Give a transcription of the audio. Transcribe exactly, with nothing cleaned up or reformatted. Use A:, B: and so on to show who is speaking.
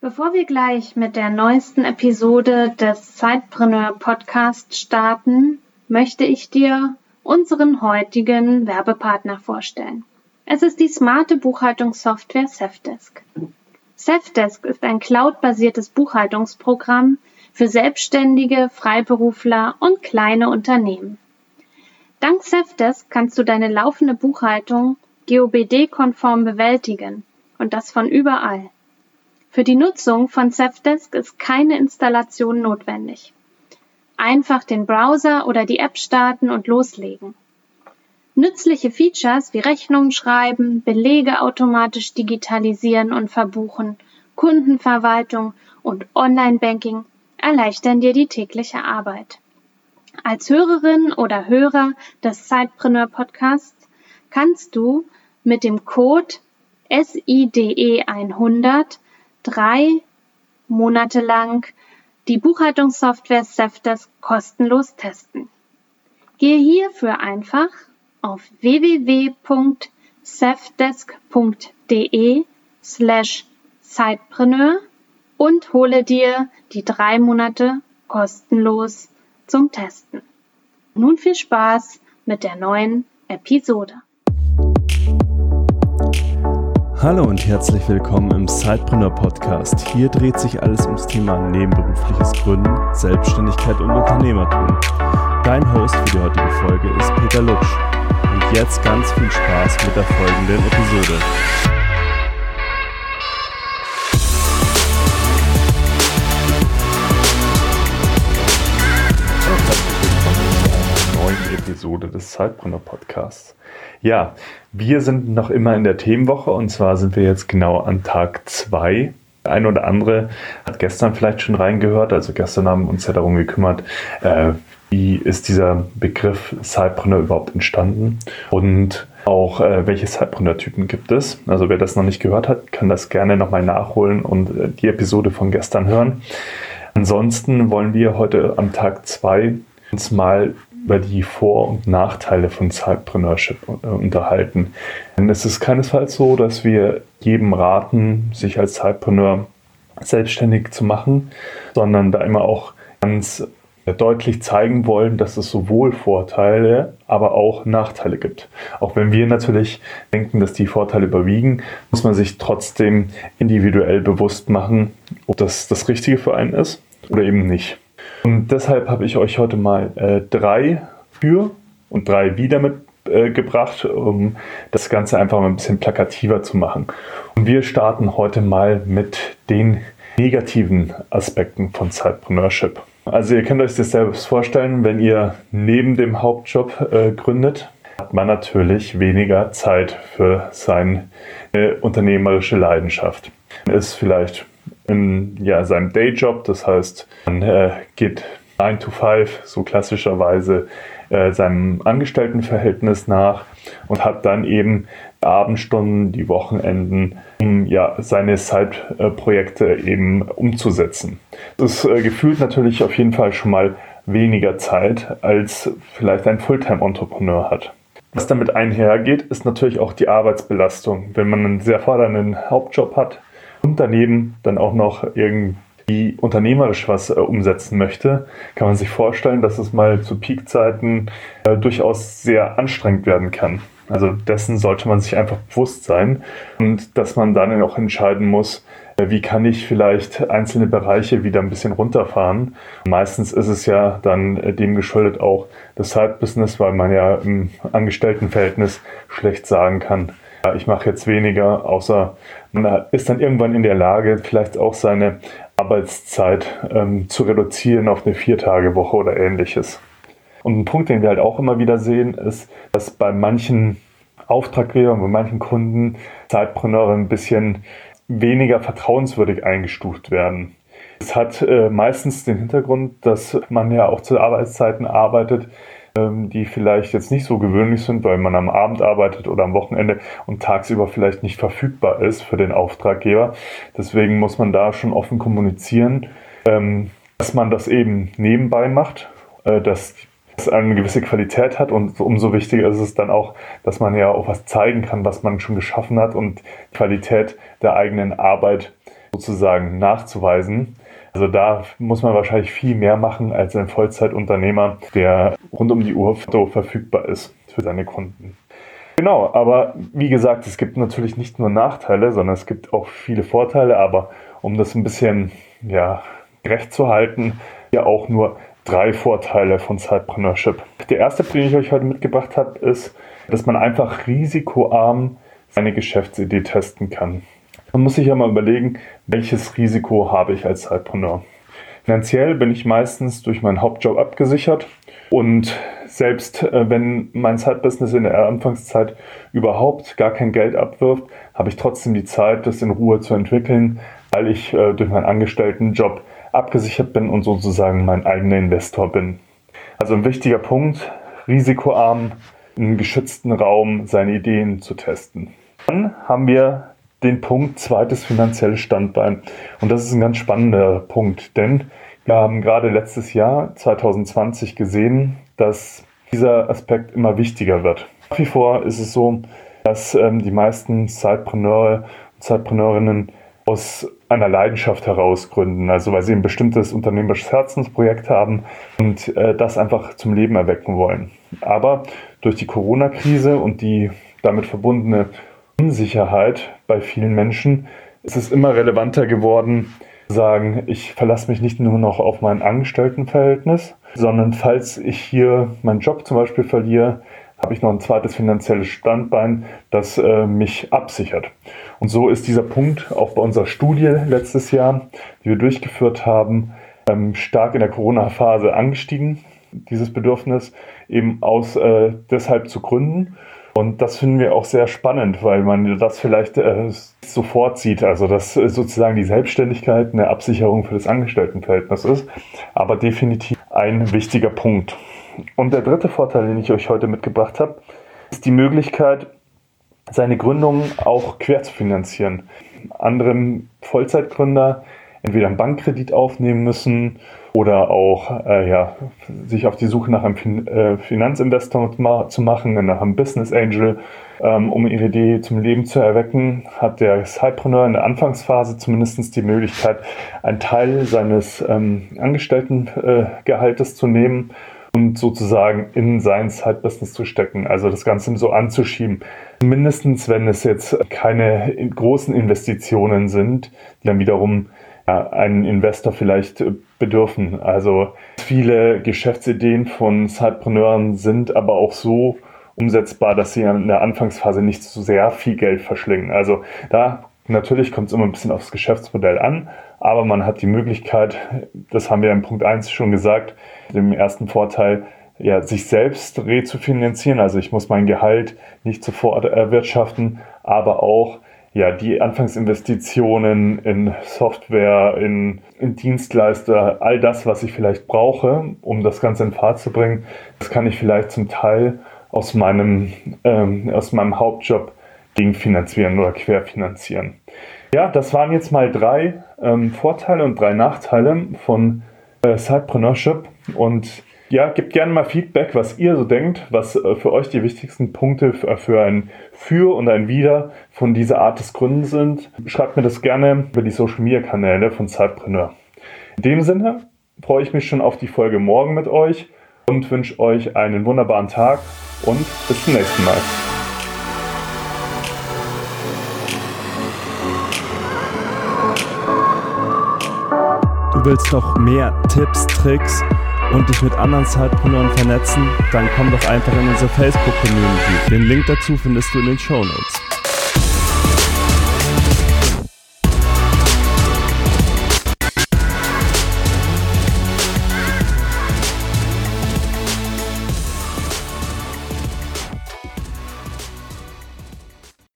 A: Bevor wir gleich mit der neuesten Episode des Sidepreneur Podcasts starten, möchte ich dir unseren heutigen Werbepartner vorstellen. Es ist die smarte Buchhaltungssoftware Safdesk. Safdesk ist ein cloudbasiertes Buchhaltungsprogramm für Selbstständige, Freiberufler und kleine Unternehmen. Dank Safdesk kannst du deine laufende Buchhaltung G O B D-konform bewältigen und das von überall. Für die Nutzung von Safdesk ist keine Installation notwendig. Einfach den Browser oder die App starten und loslegen. Nützliche Features wie Rechnungen schreiben, Belege automatisch digitalisieren und verbuchen, Kundenverwaltung und Online-Banking erleichtern dir die tägliche Arbeit. Als Hörerin oder Hörer des Sidepreneur Podcasts kannst du mit dem Code S I D E hundert drei Monate lang die Buchhaltungssoftware Safdesk kostenlos testen. Gehe hierfür einfach auf w w w punkt safdesk punkt de slash sidepreneur und hole dir die drei Monate kostenlos zum Testen. Nun viel Spaß mit der neuen Episode.
B: Hallo und herzlich willkommen im Sidepreneur Podcast. Hier dreht sich alles ums Thema nebenberufliches Gründen, Selbstständigkeit und Unternehmertum. Dein Host für die heutige Folge ist Peter Lutsch. Und jetzt ganz viel Spaß mit der folgenden Episode. Episode des Sidepreneur Podcasts. Ja, wir sind noch immer in der Themenwoche und zwar sind wir jetzt genau an Tag zwei. Der eine oder andere hat gestern vielleicht schon reingehört, also gestern haben wir uns ja darum gekümmert, äh, wie ist dieser Begriff Sidepreneur überhaupt entstanden und auch äh, welche Sidepreneur-Typen gibt es. Also wer das noch nicht gehört hat, kann das gerne nochmal nachholen und äh, die Episode von gestern hören. Ansonsten wollen wir heute am Tag zwei uns mal über die Vor- und Nachteile von Sidepreneurship unterhalten. Denn es ist keinesfalls so, dass wir jedem raten, sich als Sidepreneur selbstständig zu machen, sondern da immer auch ganz deutlich zeigen wollen, dass es sowohl Vorteile, aber auch Nachteile gibt. Auch wenn wir natürlich denken, dass die Vorteile überwiegen, muss man sich trotzdem individuell bewusst machen, ob das das Richtige für einen ist oder eben nicht. Und deshalb habe ich euch heute mal äh, drei für und drei wieder mitgebracht, äh, um das Ganze einfach mal ein bisschen plakativer zu machen. Und wir starten heute mal mit den negativen Aspekten von Sidepreneurship. Also ihr könnt euch das selbst vorstellen, wenn ihr neben dem Hauptjob äh, gründet, hat man natürlich weniger Zeit für seine äh, unternehmerische Leidenschaft. Ist vielleicht in ja, seinem Dayjob, das heißt, man äh, geht nine to five, so klassischerweise äh, seinem Angestelltenverhältnis nach und hat dann eben Abendstunden, die Wochenenden, um ja, seine Side-Projekte eben umzusetzen. Das ist äh, gefühlt natürlich auf jeden Fall schon mal weniger Zeit, als vielleicht ein Fulltime-Entrepreneur hat. Was damit einhergeht, ist natürlich auch die Arbeitsbelastung. Wenn man einen sehr fordernden Hauptjob hat, und daneben dann auch noch irgendwie unternehmerisch was äh, umsetzen möchte, kann man sich vorstellen, dass es mal zu Peakzeiten äh, durchaus sehr anstrengend werden kann. Also dessen sollte man sich einfach bewusst sein und dass man dann auch entscheiden muss, äh, wie kann ich vielleicht einzelne Bereiche wieder ein bisschen runterfahren. Meistens ist es ja dann äh, dem geschuldet auch das Side-Business, weil man ja im Angestelltenverhältnis schlecht sagen kann, ich mache jetzt weniger, außer man ist dann irgendwann in der Lage, vielleicht auch seine Arbeitszeit ähm, zu reduzieren auf eine Vier-Tage-Woche oder ähnliches. Und ein Punkt, den wir halt auch immer wieder sehen, ist, dass bei manchen Auftraggebern, bei manchen Kunden Sidepreneure ein bisschen weniger vertrauenswürdig eingestuft werden. Es hat äh, meistens den Hintergrund, dass man ja auch zu Arbeitszeiten arbeitet, die vielleicht jetzt nicht so gewöhnlich sind, weil man am Abend arbeitet oder am Wochenende und tagsüber vielleicht nicht verfügbar ist für den Auftraggeber. Deswegen muss man da schon offen kommunizieren, dass man das eben nebenbei macht, dass es eine gewisse Qualität hat und umso wichtiger ist es dann auch, dass man ja auch was zeigen kann, was man schon geschaffen hat und die Qualität der eigenen Arbeit sozusagen nachzuweisen. Also da muss man wahrscheinlich viel mehr machen als ein Vollzeitunternehmer, der rund um die Uhr verfügbar ist für seine Kunden. Genau, aber wie gesagt, es gibt natürlich nicht nur Nachteile, sondern es gibt auch viele Vorteile, aber um das ein bisschen ja, gerecht zu halten, ja auch nur drei Vorteile von Sidepreneurship. Der erste, den ich euch heute mitgebracht habe, ist, dass man einfach risikoarm seine Geschäftsidee testen kann. Man muss sich ja mal überlegen, welches Risiko habe ich als Sidepreneur. Finanziell bin ich meistens durch meinen Hauptjob abgesichert und selbst äh, wenn mein Side-Business in der Anfangszeit überhaupt gar kein Geld abwirft, habe ich trotzdem die Zeit, das in Ruhe zu entwickeln, weil ich äh, durch meinen Angestelltenjob abgesichert bin und sozusagen mein eigener Investor bin. Also ein wichtiger Punkt, risikoarm, in einem geschützten Raum seine Ideen zu testen. Dann haben wir den Punkt zweites finanzielles Standbein. Und das ist ein ganz spannender Punkt, denn wir haben gerade letztes Jahr, zwanzig zwanzig, gesehen, dass dieser Aspekt immer wichtiger wird. Nach wie vor ist es so, dass ähm, die meisten Sidepreneure und Sidepreneurinnen aus einer Leidenschaft heraus gründen, also weil sie ein bestimmtes unternehmerisches Herzensprojekt haben und äh, das einfach zum Leben erwecken wollen. Aber durch die Corona-Krise und die damit verbundene Unsicherheit bei vielen Menschen ist es immer relevanter geworden, zu sagen, ich verlasse mich nicht nur noch auf mein Angestelltenverhältnis, sondern falls ich hier meinen Job zum Beispiel verliere, habe ich noch ein zweites finanzielles Standbein, das äh, mich absichert. Und so ist dieser Punkt auch bei unserer Studie letztes Jahr, die wir durchgeführt haben, ähm, stark in der Corona-Phase angestiegen, dieses Bedürfnis eben aus äh, deshalb zu gründen. Und das finden wir auch sehr spannend, weil man das vielleicht äh, sofort sieht, also dass äh, sozusagen die Selbstständigkeit eine Absicherung für das Angestelltenverhältnis ist, aber definitiv ein wichtiger Punkt. Und der dritte Vorteil, den ich euch heute mitgebracht habe, ist die Möglichkeit, seine Gründung auch quer zu finanzieren. Andere Vollzeitgründer entweder einen Bankkredit aufnehmen müssen oder auch äh, ja, sich auf die Suche nach einem fin- äh, Finanzinvestor ma- zu machen, nach einem Business Angel, ähm, um ihre Idee zum Leben zu erwecken, hat der Sidepreneur in der Anfangsphase zumindest die Möglichkeit, einen Teil seines ähm, Angestelltengehaltes äh, zu nehmen und sozusagen in sein Side-Business zu stecken, also das Ganze so anzuschieben. Mindestens, wenn es jetzt keine großen Investitionen sind, die dann wiederum ja, einen Investor vielleicht bedürfen. Also viele Geschäftsideen von Sidepreneuren sind aber auch so umsetzbar, dass sie in der Anfangsphase nicht so sehr viel Geld verschlingen. Also da natürlich kommt es immer ein bisschen aufs Geschäftsmodell an, aber man hat die Möglichkeit, das haben wir in Punkt eins schon gesagt, dem ersten Vorteil, ja, sich selbst rezufinanzieren. Also ich muss mein Gehalt nicht sofort erwirtschaften, aber auch ja, die Anfangsinvestitionen in Software, in, in Dienstleister, all das, was ich vielleicht brauche, um das Ganze in Fahrt zu bringen, das kann ich vielleicht zum Teil aus meinem, ähm, aus meinem Hauptjob gegenfinanzieren oder querfinanzieren. Ja, das waren jetzt mal drei ähm, Vorteile und drei Nachteile von äh, Sidepreneurship. Und ja, gebt gerne mal Feedback, was ihr so denkt, was äh, für euch die wichtigsten Punkte für, für ein Für und ein Wider von dieser Art des Gründens sind. Schreibt mir das gerne über die Social-Media-Kanäle von Sidepreneur. In dem Sinne freue ich mich schon auf die Folge morgen mit euch und wünsche euch einen wunderbaren Tag und bis zum nächsten Mal.
C: Du willst noch mehr Tipps, Tricks und dich mit anderen Sidepreneuren vernetzen? Dann komm doch einfach in unsere Facebook-Community. Den Link dazu findest du in den Shownotes.